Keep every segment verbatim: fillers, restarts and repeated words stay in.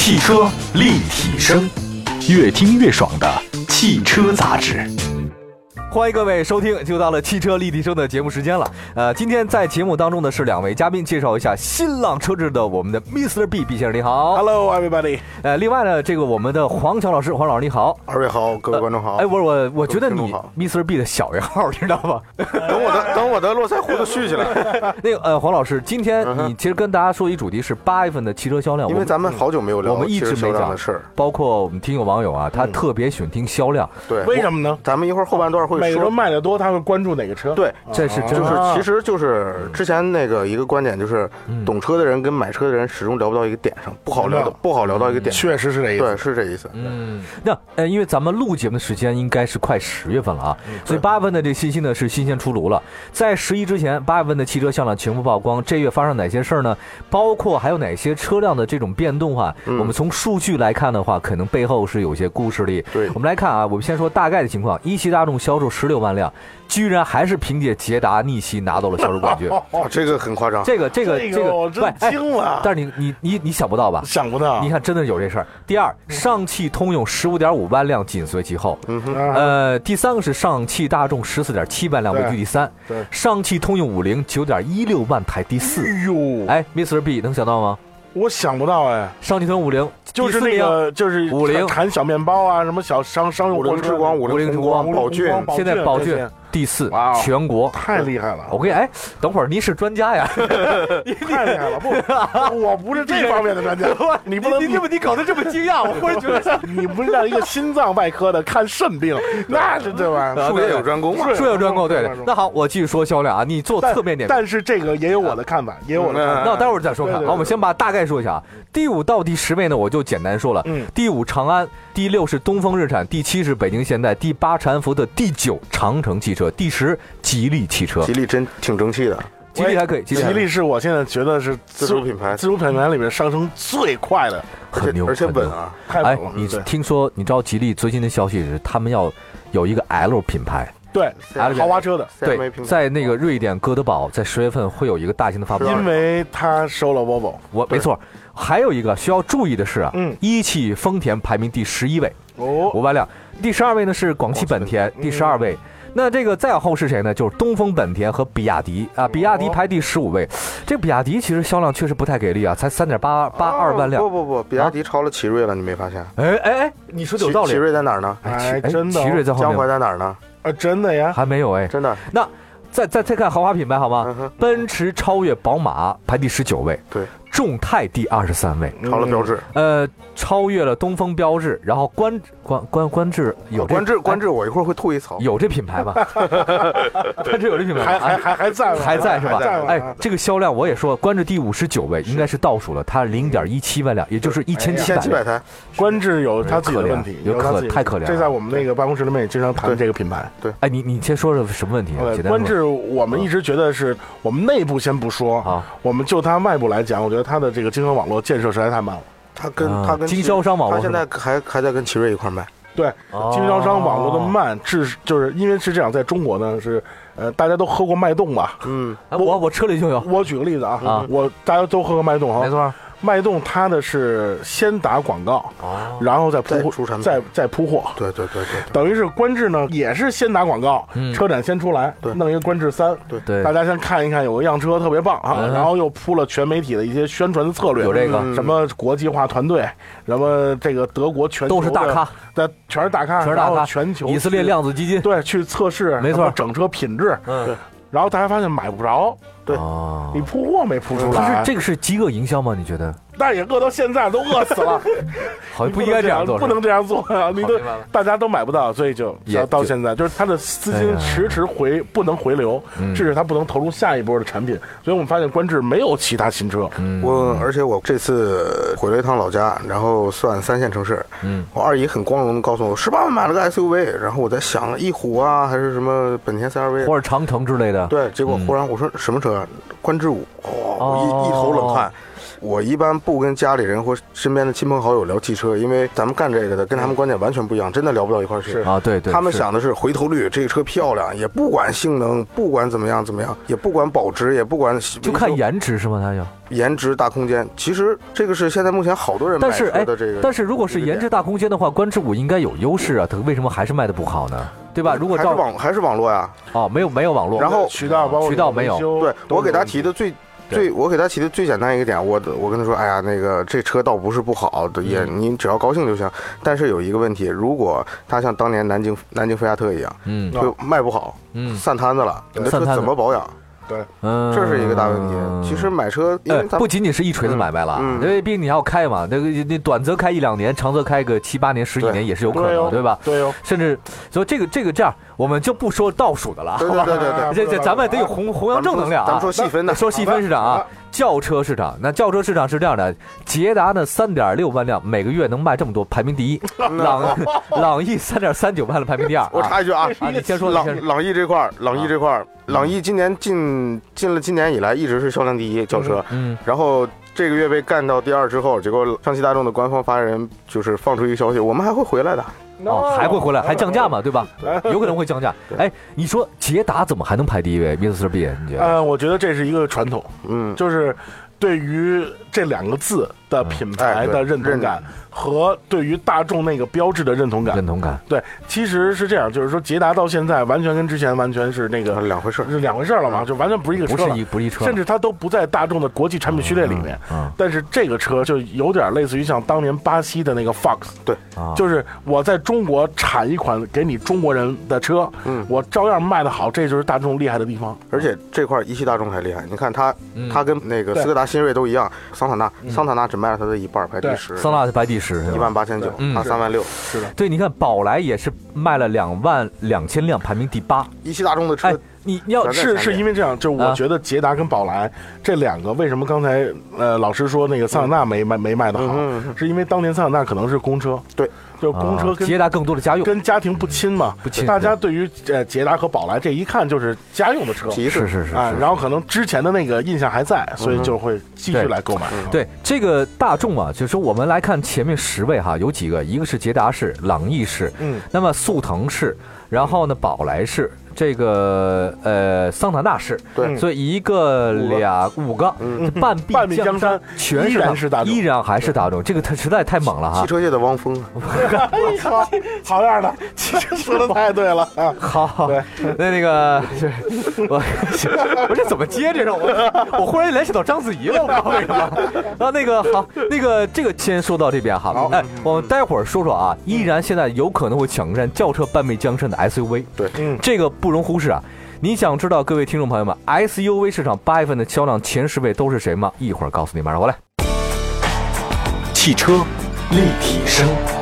汽车立体声，越听越爽的汽车杂志。 欢迎各位收听，就到了汽车立体声的节目时间了。呃，今天在节目当中的是两位嘉宾，介绍一下新浪车志的我们的 mister B B 先生，你好。 Hello everybody。 呃，另外呢，这个我们的黄强老师，黄老师你好。 二位好，各位观众好。 哎、呃，我我我觉得你 mister B 的小一号，你知道吧？ 等我的等我的络腮胡子蓄起来。 那个呃，黄老师，今天你其实跟大家说一主题是八月份的汽车销量， 因为咱们好久没有聊我们一直没讲的事儿， 包括我们听友网友啊，他特别喜欢听销量。 嗯、对， 为什么呢？ 咱们一会儿后半段会说， 每个人卖的多，他会关注哪个车？ 对， 这是真的。 就是其实就是之前那个一个观点，就是懂车的人跟买车的人始终聊不到一个点上，不好聊到不好聊到一个点。 确实是这意思。 对，是这意思。 嗯，那呃，因为咱们录节目的时间应该是快十月份了啊，所以八月份的这个信息呢是新鲜出炉了。在十一之前，八月份的汽车销量全部曝光。这月发生哪些事儿呢？包括还有哪些车辆的这种变动啊？嗯、我们从数据来看的话，可能背后是有些故事的。 对， 我们来看啊，我们先说大概的情况。一汽大众销售十六万辆。居然还是凭借捷达逆袭拿到了销售冠军， 哦，这个很夸张。 这个这个这个我真惊了、哎。 但是你你你你想不到吧？ 想不到。 你看，真的有这事儿。第二，上汽通用十五点五万辆紧随其后。 嗯哼。 呃，第三个是上汽大众十四点七万辆位居第三。 对。 上汽通用五菱九点一六万排第四。 哎呦， 哎 ，mister B 能想到吗？ 我想不到哎， 上汽通用五菱就是那个就是五菱弹小面包啊，什么小商商用五菱之光、五菱之光、宝骏， 现在宝骏第四，全国太厉害了。 我跟你哎，等会儿您是专家呀， 太厉害了！不，我不是这方面的专家，你不能你你你搞得这么惊讶，我忽然觉得你不是让一个心脏外科的看肾病，那是这玩意儿， 术业有专攻嘛， 术业有专攻。对对，那好，我继续说销量啊，你做侧面点评。 但是这个也有我的看法，也有我的看法。 那待会儿再说看。好，我们先把大概说一下啊。第五到第十位呢，我就简单说了。 嗯， 第五长安，第六是东风日产，第七是北京现代，第八长安福特，第九长城汽车，第十吉利汽车。 吉利真挺争气的， 吉利还可以。 吉利是我现在觉得是自主品牌， 自主品牌里面上升最快的， 很牛， 而且稳啊， 太稳了。 哎，你听说你知道吉利最近的消息是他们要有一个 L 品牌。 对，豪华车的。 对，在那个瑞典哥德堡，在十月份会有一个大型的发布会， 因为他收了 Volvo。 我没错，还有一个需要注意的是啊， 嗯， 一汽丰田排名第十一位， 哦， 五万辆，第十二位呢是广汽本田，第十二位。那这个再往后是谁呢？就是东风本田和比亚迪啊，比亚迪排第十五位。这比亚迪其实销量确实不太给力啊，才三点八八二万辆。 不不不，比亚迪超了奇瑞了，你没发现？ 哎哎哎，你说的有道理。 奇瑞在哪儿呢？ 哎，真的。 奇瑞在后面。 江淮在哪儿呢？ 啊，真的呀， 还没有哎， 真的。 那再再再看豪华品牌好吗？ 嗯、 奔驰超越宝马排第十九位。 对。 众泰第二十三位， 超了标致， 呃，超越了东风标致，然后观观观观致有观致观致，我一会儿会吐一槽， 有这品牌吗？观致有这品牌， 还还还还在还在是吧？ 哎， 这个销量我也说，观致第五十九位，应该是倒数了，它零点一七万辆，也就是一千七百台。 观致有它自己的问题， 有可太可怜了。 这在我们那个办公室里面也经常谈这个品牌。 对， 哎，你你先说说什么问题啊？ 观致我们一直觉得是我们内部先不说啊， 我们就它外部来讲，我觉得它的这个经销网络建设实在太慢了。 他跟他跟经销商网络， 他现在还还在跟奇瑞一块卖。 对，经销商网络的慢，是就是因为是这样，在中国呢是呃大家都喝过脉动吧？ 嗯， 我我车里就有。 我举个例子啊， 啊我大家都喝过脉动哈， 没错。 脉动它的是先打广告， 哦、 然后再铺货， 再再铺货。 对对对 对, 对， 等于是观致呢也是先打广告， 嗯、 车展先出来， 对， 弄一个观致三， 对对， 大家先看一看，有个样车特别棒啊， 嗯、 然后又铺了全媒体的一些宣传的策略， 有这个、 嗯、什么国际化团队，什么这个德国全球都是大咖， 对，全是大咖， 全是大咖， 全球以色列量子基金对去测试， 没错， 整车品质， 嗯。 然后大家发现买不着， 对， 哦、 你铺货没铺出来。 可是这个是饥饿营销吗？你觉得？ 那也饿到现在都饿死了， 好像不应该这样做， 不能这样做啊！你都大家都买不到，所以就到现在就是他的资金迟迟回不能回流，致使他不能投入下一波的产品。所以我们发现观致没有其他新车。 我而且我这次回了一趟老家，然后算三线城市， 嗯， 我二姨很光荣的告诉我，十八万买了个 S U V， 然后我在想翼虎啊，还是什么本田 C R V 或者长城之类的。 对，结果忽然我说什么车？观致五，哦，一一头冷汗。 我一般不跟家里人或身边的亲朋好友聊汽车，因为咱们干这个的跟他们观点完全不一样，真的聊不到一块去啊。对对， 他们想的是回头率，这个车漂亮，也不管性能，不管怎么样怎么样，也不管保值，也不管就看颜值是吗？他要颜值大空间。其实这个是现在目前好多人买车的这个。 但是如果是颜值大空间的话，观致五应该有优势啊，它为什么还是卖的不好呢？对吧？如果照还是网还是网络呀？ 哦，没有没有网络， 然后渠道包括渠道没有。 对，我给他提的最最，我给他提的最简单一个点，我我跟他说，哎呀，那个这车倒不是不好的，也你只要高兴就行。但是有一个问题，如果他像当年南京南京菲亚特一样，嗯，就卖不好，嗯，散摊子了，你的车怎么保养？ 对， 嗯， 这是一个大问题。其实买车，因为不仅仅是一锤子买卖了，因为毕竟你还要开嘛，那个你短则开一两年，长则开个七八年、十几年也是有可能，对吧？ 对哦， 甚至所以这个这个这样，我们就不说倒数的了， 对对对对对， 这这咱们得有弘弘扬正能量啊。 咱们说细分的， 说细分市场啊，轿车市场。那轿车市场是这样的，捷达呢三点六万辆，每个月能卖这么多，排名第一。朗朗逸三点三九万了，排名第二。 我插一句啊， 你先说。 朗朗逸这块，朗逸这块。朗逸今年进进了今年以来一直是销量第一轿车，嗯，然后这个月被干到第二之后，结果上汽大众的官方发言人就是放出一个消息，我们还会回来的。 哦，还会回来，还降价嘛，对吧？有可能会降价。哎，你说捷达怎么还能排第一位 ？Mister B， 你觉得？ 呃，我觉得这是一个传统，嗯，就是对于这两个字的品牌的认同感。和对于大众那个标志的认同感， 认同感， 对，其实是这样，就是说捷达到现在完全跟之前完全是那个两回事， 是两回事了嘛，就完全不是一个车了， 不是一不是一车， 甚至它都不在大众的国际产品序列里面。嗯嗯、但是这个车就有点类似于像当年巴西的那个 Fox， 对， 就是我在中国产一款给你中国人的车，嗯，我照样卖得好，这就是大众厉害的地方。 而且这块一汽大众还厉害，你看它，嗯、它跟那个斯柯达新锐都一样，桑塔纳，嗯、桑塔纳只卖了它的一半，排第十， 桑塔纳排第十， 一万八千九。 嗯， 它三万六， 是的， 对，你看宝来也是卖了两万两千辆，排名第八。 一汽大众的车， 哎、你你要是是因为这样，就我觉得捷达跟宝来、啊、这两个，为什么刚才呃老师说那个桑塔纳没卖、嗯、没卖的好、嗯嗯，是因为当年桑塔纳可能是公车， 对。 就公车跟捷达更多的家用， 跟家庭不亲嘛， 不亲。 大家对于呃捷达和宝来这一看就是家用的车， 是是是啊，然后可能之前的那个印象还在，所以就会继续来购买。 对这个大众啊，就是我们来看前面十位哈，有几个，一个是捷达式、朗逸式，嗯，那么速腾式，然后呢宝来式。这个呃桑塔纳式， 对， 所以一个俩五个，嗯、半壁半壁江山全依然是大众， 依然还是大众，这个它实在太猛了哈！ 汽车界的汪峰， 好好样的，说的太对了啊！ 好，对，那那个我我这怎么接这种？我我忽然联想到章子怡了，我不知道为什么。啊，那个好，那个这个先说到这边哈。哎，我们待会儿说说啊，依然现在有可能会抢占轿车半壁江山的 S U V。 对， 嗯，这个不容忽视啊！你想知道各位听众朋友们 S U V 市场八月份的销量前十位都是谁吗？一会儿告诉你，马上回来。 汽车立体声。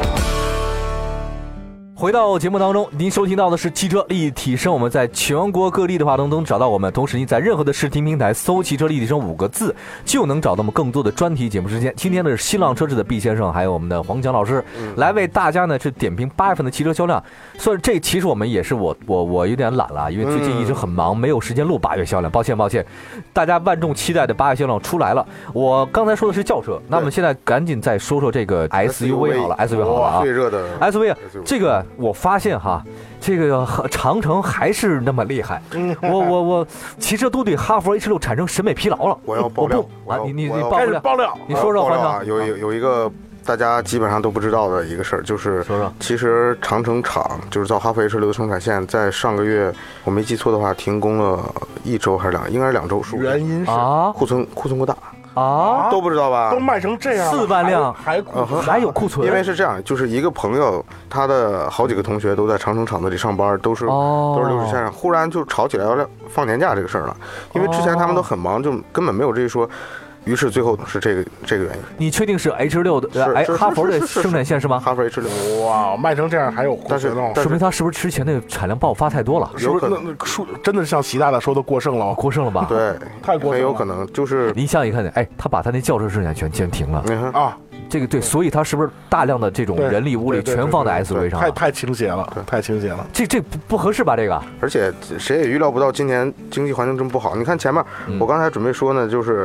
回到节目当中，您收听到的是汽车立体声，我们在全国各地的话都能找到我们，同时您在任何的视听平台搜汽车立体声五个字就能找到我们更多的专题节目时间。今天的是新浪车志的毕先生还有我们的黄强老师、嗯、来为大家呢是点评八月份的汽车销量。所以这其实我们也是我我我有点懒了，因为最近一直很忙、嗯、没有时间录八月销量，抱歉抱歉，大家万众期待的八月销量出来了。我刚才说的是轿车，那么现在赶紧再说说这个 S U V 好了 S U V 好了啊， 最热的 S U V 这个我发现哈，这个长城还是那么厉害。我我我骑车都对哈弗 H 六产生审美疲劳了。 我要爆料啊！你你你爆料爆料， 你说说黄总。 有有有一个大家基本上都不知道的一个事儿，就是其实长城厂就是造哈弗 H 六的生产线，在上个月我没记错的话，停工了一周还是两，应该是两周。 原因是啊， 库存库存过大。 啊， 都不知道吧？ 都卖成这样， 四万辆还库存、 呃、还有库存。 因为是这样，就是一个朋友，他的好几个同学都在长城厂子里上班，都是、哦、都是流水线上，忽然就吵起来要放年假这个事儿了。因为之前他们都很忙，就根本没有这一说。于是最后是这个这个原因。 你确定是 H 六的呃哈弗的生产线是吗？ 哈弗 H 六， 哇，卖成这样还有库存哦， 说明他是不是之前那个产量爆发太多了？ 是不是那那数真的像习大大说的过剩了？ 过剩了吧？ 对， 太过剩了， 很有可能就是你想一看，哎，他把他那轿车生产全全停了、 嗯、啊。 这个对，所以他是不是大量的这种人力物力全放在 S U V 上？ 太太倾斜了，太倾斜了。 这这不不合适吧？这个， 而且谁也预料不到今年经济环境这么不好。你看前面，嗯、我刚才准备说呢，就是。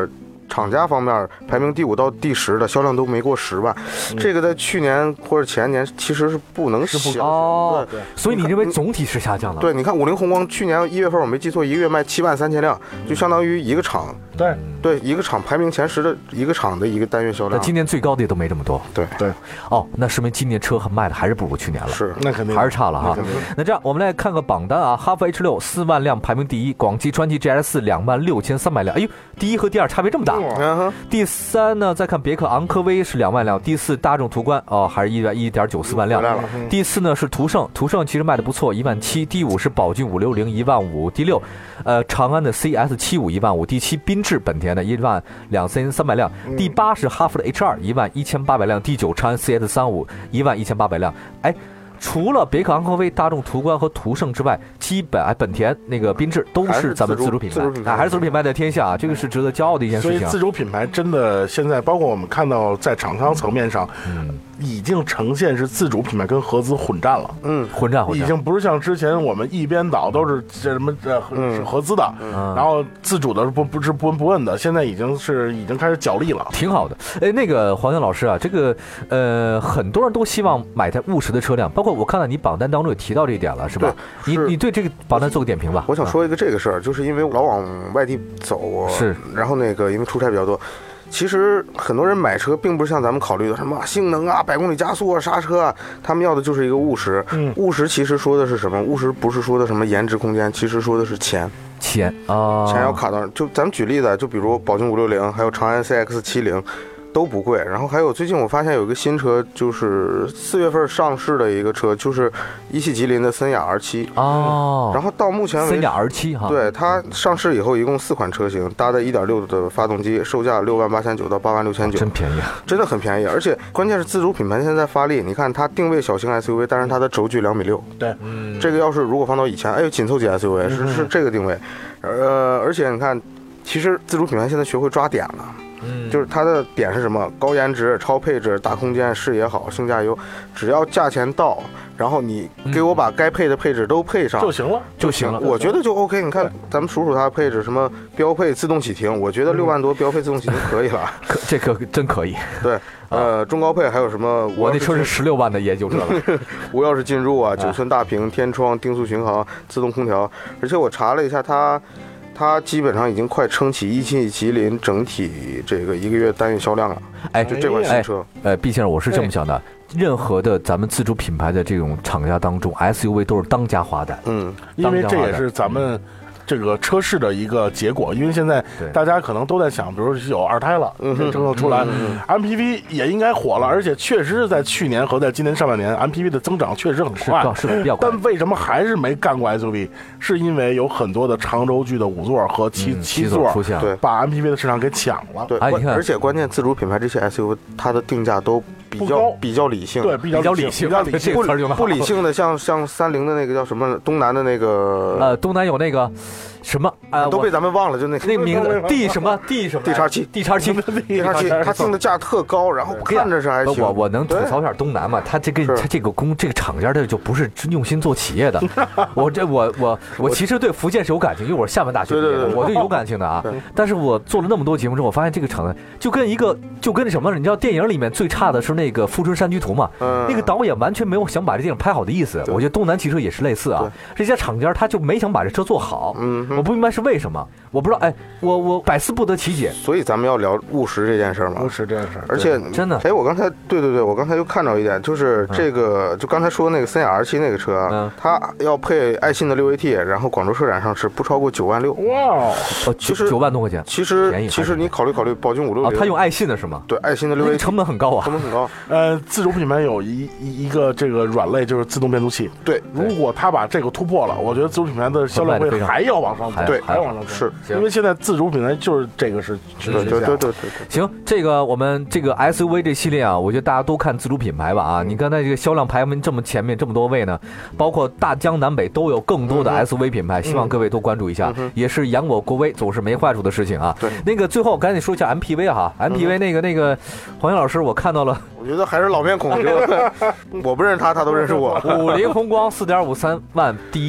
厂家方面排名第五到第十的销量都没过十万，嗯、这个在去年或者前年其实是不能小哦。对，所以你认为总体是下降的？ 对，你看五菱宏光去年一月份我没记错，一个月卖七万三千辆，就相当于一个厂。 对对，一个厂排名前十的一个厂的一个单月销量。 那今年最高的也都没这么多。 对对。 哦，那说明今年车卖的还是不如去年了。 是， 那肯定还是差了哈。 那, 那这样我们来看个榜单啊，哈弗 H 六四万辆排名第一，广汽传祺 G S 四两万六千三百辆。哎呦，第一和第二差别这么大。 嗯、 第三呢，再看别克昂科威是两万辆，第四大众途观哦还是一一点九四万辆。 嗯、 第四呢是途胜，途胜其实卖的不错，一万七。第五是宝骏五六零一万五。第六，呃长安的 C S 七五一万五。第七缤智本田的一万两千三百辆。第八是哈弗的 H 二一万一千八百辆。第九长安 C S 三五一万一千八百辆。哎。除了别克昂科威、大众途观和途胜之外，基本哎本田那个缤智都是咱们自主品牌，还是自主品牌的天下啊，这个是值得骄傲的一件事情。 所以自主品牌真的现在，包括我们看到在厂商层面上，嗯，已经呈现是自主品牌跟合资混战了。 嗯，混战混战， 已经不是像之前我们一边倒都是这什么这是合资的，嗯、然后自主的不不是不闻不问的，现在已经是已经开始角力了， 挺好的。哎，那个黄江老师啊，这个呃很多人都希望买台务实的车辆，包括我看到你榜单当中有提到这一点了，是吧？你你对这个榜单做个点评吧。 我想说一个这个事儿，就是因为老往外地走， 是， 然后那个因为出差比较多。其实很多人买车并不是像咱们考虑的什么性能啊、百公里加速啊、刹车啊，他们要的就是一个务实。嗯，务实其实说的是什么？务实不是说的什么颜值空间，其实说的是钱。 钱啊， 钱要卡到。就咱们举例子，就比如宝骏五六零，还有长安 C X 七零。都不贵，然后还有最近我发现有一个新车，就是四月份上市的一个车，就是一汽吉林的森雅 R 七哦， 然后到目前为止森雅 R 七 哈， 对，它上市以后一共四款车型，搭载 一点六 的发动机，售价六万八千九到八万六千九， 真便宜， 真的很便宜，而且关键是自主品牌现在发力，你看它定位小型 S U V， 但是它的轴距两米六， 对， 嗯，这个要是如果放到以前，哎呦紧凑级 S U V 是是这个定位，呃，而且你看，其实自主品牌现在学会抓点了。嗯，就是它的点是什么？高颜值、超配置、大空间、视野好、性价优，只要价钱到，然后你给我把该配的配置都配上就行了， 就行了。 我觉得就 OK。你看，咱们数数它的配置，什么标配自动启停，我觉得六万多标配自动启停可以了， 可这可真可以。 对，呃，中高配还有什么？ 我那车是十六万的，也就是了。 无钥匙进入啊，九寸大屏、天窗、定速巡航、自动空调，而且我查了一下它。它基本上已经快撑起一汽吉林整体这个一个月单月销量了。 哎， 就这款新车， 呃，毕先生，我是这么想的。哎任何的咱们自主品牌的这种厂家当中 ，S U V 都是当家花旦。 嗯， 因为这也是咱们这个车市的一个结果。因为现在大家可能都在想，比如有二胎了，这政策出来 ，M P V 也应该火了，而且确实是在去年和在今年上半年 ，M P V 的增长确实很快， 是比较快。 但为什么还是没干过 S U V？ 是因为有很多的长轴距的五座和七七座出现， 对， 把 M P V 的市场给抢了。 对，而且关键自主品牌这些 S U V 它的定价都。比较比较理性， 对，比较理性， 比较理性， 这个词用的不理性的，像像三菱的那个叫什么，东南的那个， 呃，东南有那个什么，呃， 都被咱们忘了，就那那个名字 D 什么 D 什么 D 叉七 D 叉七 D 叉七，它定的价特高，然后看着是还行。 我我能吐槽一下东南嘛，他这个他这个工这个厂家这就不是用心做企业的。我这我我我其实对福建是有感情，因为我是厦门大学毕业的，我就有感情的啊。但是我做了那么多节目之后，我发现这个厂子就跟一个就跟那什么，你知道电影里面最差的是那个《富春山居图》嘛，那个导演完全没有想把这电影拍好的意思。我觉得东南汽车也是类似啊，这家厂家他就没想把这车做好。嗯，我不明白是为什么，我不知道，哎，我我百思不得其解。 所以咱们要聊务实这件事嘛， 务实这件事， 而且真的， 哎，我刚才对对对，我刚才又看到一点，就是这个，就刚才说那个森雅 R 七那个车，嗯，它要配爱信的六 A T， 然后广州车展上是不超过九万六。 哇， 哦，其实九万多块钱， 其实其实你考虑考虑，宝骏五六零， 他用爱信的是吗？ 对，爱信的六 A T 成本很高啊， 成本很高。 呃，自主品牌有一一个这个软肋就是自动变速器， 对， 如果他把这个突破了，我觉得自主品牌的销量会还要往上走， 对， 还要往上走， 是因为现在自主品牌就是这个是， 对对对对对。 行，这个我们这个 S U V 这系列啊，我觉得大家都看自主品牌吧啊，你刚才这个销量排名这么前面这么多位呢，包括大江南北都有更多的 S U V 品牌，希望各位都关注一下，也是扬我国威总是没坏处的事情啊。 对， 那个最后赶紧说一下 M P V 哈 ，M P V 那个那个黄洋老师，我看到了。 我觉得还是老面孔，我不认识他，他都认识我。 五菱宏光 四点五三万第一，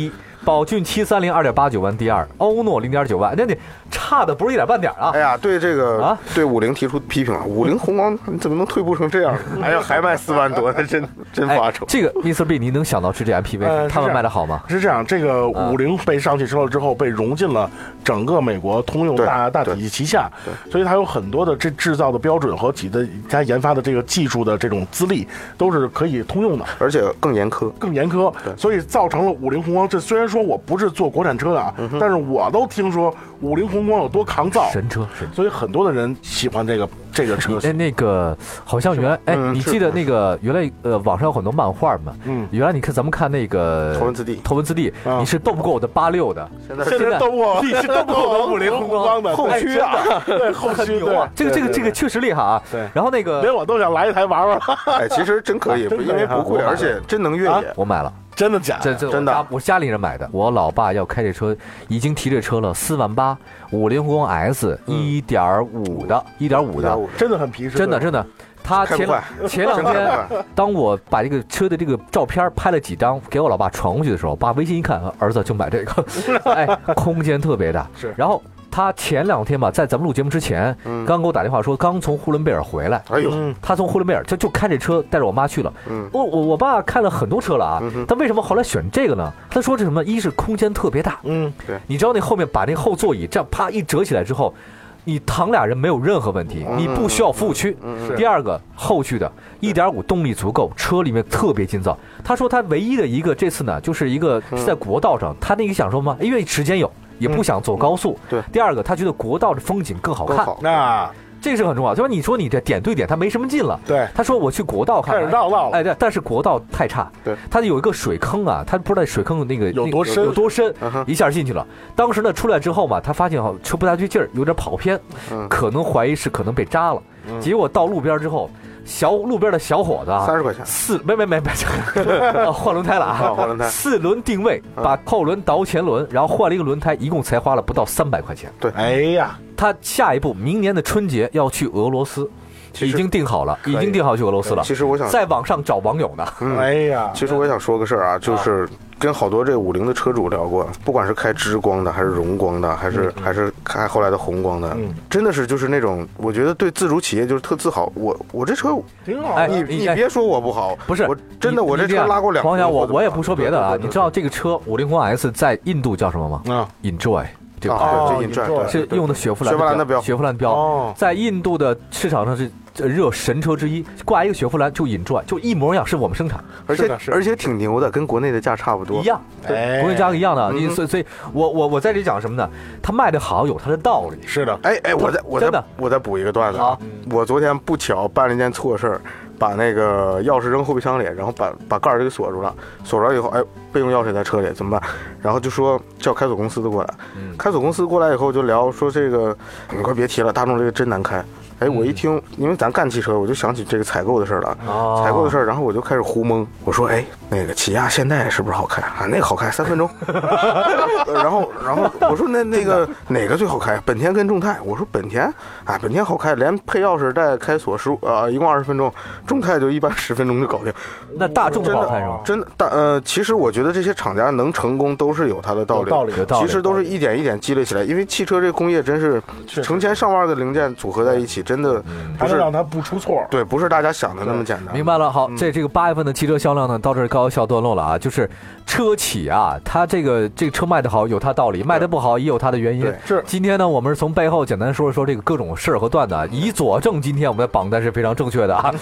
宝骏七三零二点八九万第二，欧诺零点九万，那你差的不是一点半点啊！ 哎呀，对这个啊， 对五菱提出批评了，五菱宏光你怎么能退步成这样？哎呀，还卖四万多，那真真发愁。 哎、这个 Mister B， 你能想到是这 M P V，、呃、他们卖的好吗？ 是这样，这个五菱被上汽车了之后，被融进了整个美国通用大大体系旗下，所以它有很多的这制造的标准和几的它研发的这个技术的这种资历都是可以通用的， 而且更严苛， 更严苛。所以造成了五菱宏光。这虽然说我不是做国产车的啊，嗯、但是我都听说五菱宏光有多抗造， 神车，神车。 所以很多的人喜欢这个这个车。 哎，那个好像原来哎、嗯，你记得那个原来呃网上有很多漫画吗？嗯，原来你看咱们看那个头文字 D， 头文字 D，、嗯、你是斗不过我的八六的， 现在现在斗不过， 你是斗不过我的五菱宏光的后驱啊， 对后驱牛啊，这个这个这个确实厉害啊。 对， 然后那个连我都想来一台玩玩。 哎，其实真可以，因为不贵，而且真能越野。 我买了。 真的假的？ 真真的， 我家里人买的。我老爸要开这车，已经提这车了，四万八，五菱宏光 S 一点五的，一点五的， 真的很皮实。 真的真的，他前前两天，当我把这个车的这个照片拍了几张给我老爸传过去的时候，把微信一看，儿子就买这个，哎，空间特别大。 是， 然后。他前两天吧，在咱们录节目之前，嗯、刚给我打电话说，刚从呼伦贝尔回来。 哎呦， 他从呼伦贝尔就就开这车带着我妈去了。嗯，我我我爸开了很多车了啊，嗯、但为什么后来选这个呢？他说这什么？一是空间特别大， 嗯， 对， 你知道那后面把那后座椅这样啪一折起来之后，你躺俩人没有任何问题，嗯、你不需要服务区。 嗯、 第二个后驱的 一点五 动力足够，车里面特别劲造。他说他唯一的一个这次呢，就是一个是在国道上，他那个想说吗？因为时间有。也不想走高速。 嗯、对。 第二个，他觉得国道的风景更好看。 那这个是很重要。就说你说你这点对点，他没什么劲了。 对。 他说我去国道看。 开始绕绕了。 哎，对，但是国道太差。 对。 他有一个水坑啊，他不知道水坑那个有多深， 有多深， 嗯、 一下进去了。当时呢出来之后嘛，他发现哈车不大对劲儿，有点跑偏， 嗯、 可能怀疑是可能被扎了。 嗯、 结果到路边之后。小路边的小伙子啊， 三十块钱， 四没没没没，换轮胎了啊， 换轮胎， 四轮定位，把后轮倒前轮，然后换了一个轮胎，一共才花了不到三百块钱。 对， 哎呀， 他下一步明年的春节要去俄罗斯，已经定好了，已经定好去俄罗斯了。 其实我想在网上找网友呢。 嗯、哎呀， 其实我想说个事儿啊，就是跟好多这五菱的车主聊过，不管是开之光的，还是荣光的，还是、嗯、还是开后来的宏光的， 嗯、 真的是就是那种，我觉得对自主企业就是特自豪。我我这车挺好， 哎、 你你别说我不好， 不是我真的我这车拉过两。 黄翔，我我也不说别的啊，你知道这个车五菱宏 S 在印度叫什么吗？ 啊 ，Enjoy。这个啊，这 Enjoy 是用的雪佛兰雪佛兰的标， 雪佛兰标， 哦、 在印度的市场上是热神车之一，挂一个雪佛兰就Enjoy，就一模一样，是我们生产， 而且而且挺牛的，跟国内的价差不多， 一样，对，国内价格一样的。你所以所以，我我我在这里讲什么呢？它卖的好有它的道理。 是的， 哎哎，我再我再我再补一个段子啊，我昨天不巧办了一件错事儿。把那个钥匙扔后备箱里，然后把把盖儿给锁住了。锁住了以后，哎，备用钥匙在车里怎么办？然后就说叫开锁公司的过来。嗯、开锁公司过来以后就聊说这个，你快别提了，大众这个真难开。哎，我一听，因为咱干汽车，我就想起这个采购的事儿了。 哦、 采购的事儿，然后我就开始胡蒙。我说，哎，那个起亚现代是不是好开啊？那个好开，三分钟。然后，然后我说那那个哪个最好开？本田跟众泰。我说本田，啊，本田好开，连配钥匙带开锁十五，呃，一共二十分钟。众泰就一般十分钟就搞定。 那大众不好开是吗？ 真的大呃，其实我觉得这些厂家能成功都是有它的道理， 道理有道理。 其实都是一点一点积累起来，因为汽车这个工业真是成千上万个零件组合在一起，真的不是让它不出错。 对，不是大家想的那么简单。 明白了，好，这这个八月份的汽车销量呢，到这儿告一小段落了啊。就是车企啊，它这个这个车卖得好有它道理，卖得不好也有它的原因。 是。 今天呢，我们是从背后简单说一说这个各种事儿和段子，以佐证今天我们的榜单是非常正确的啊。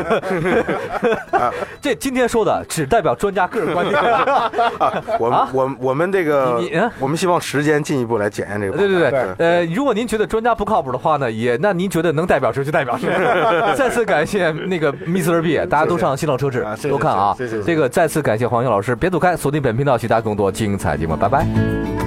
这今天说的只代表专家个人观点。 啊、我们、啊、我我们这个、 啊、 我们希望时间进一步来检验这个。 对对对，呃，如果您觉得专家不靠谱的话呢，也那您觉得能代表谁就代表谁。再次感谢那个 Mister B， 大家都上新浪车志都看啊。 谢谢。 这个再次感谢黄英老师，别走开，锁定本频道其他更多精彩节目，拜拜。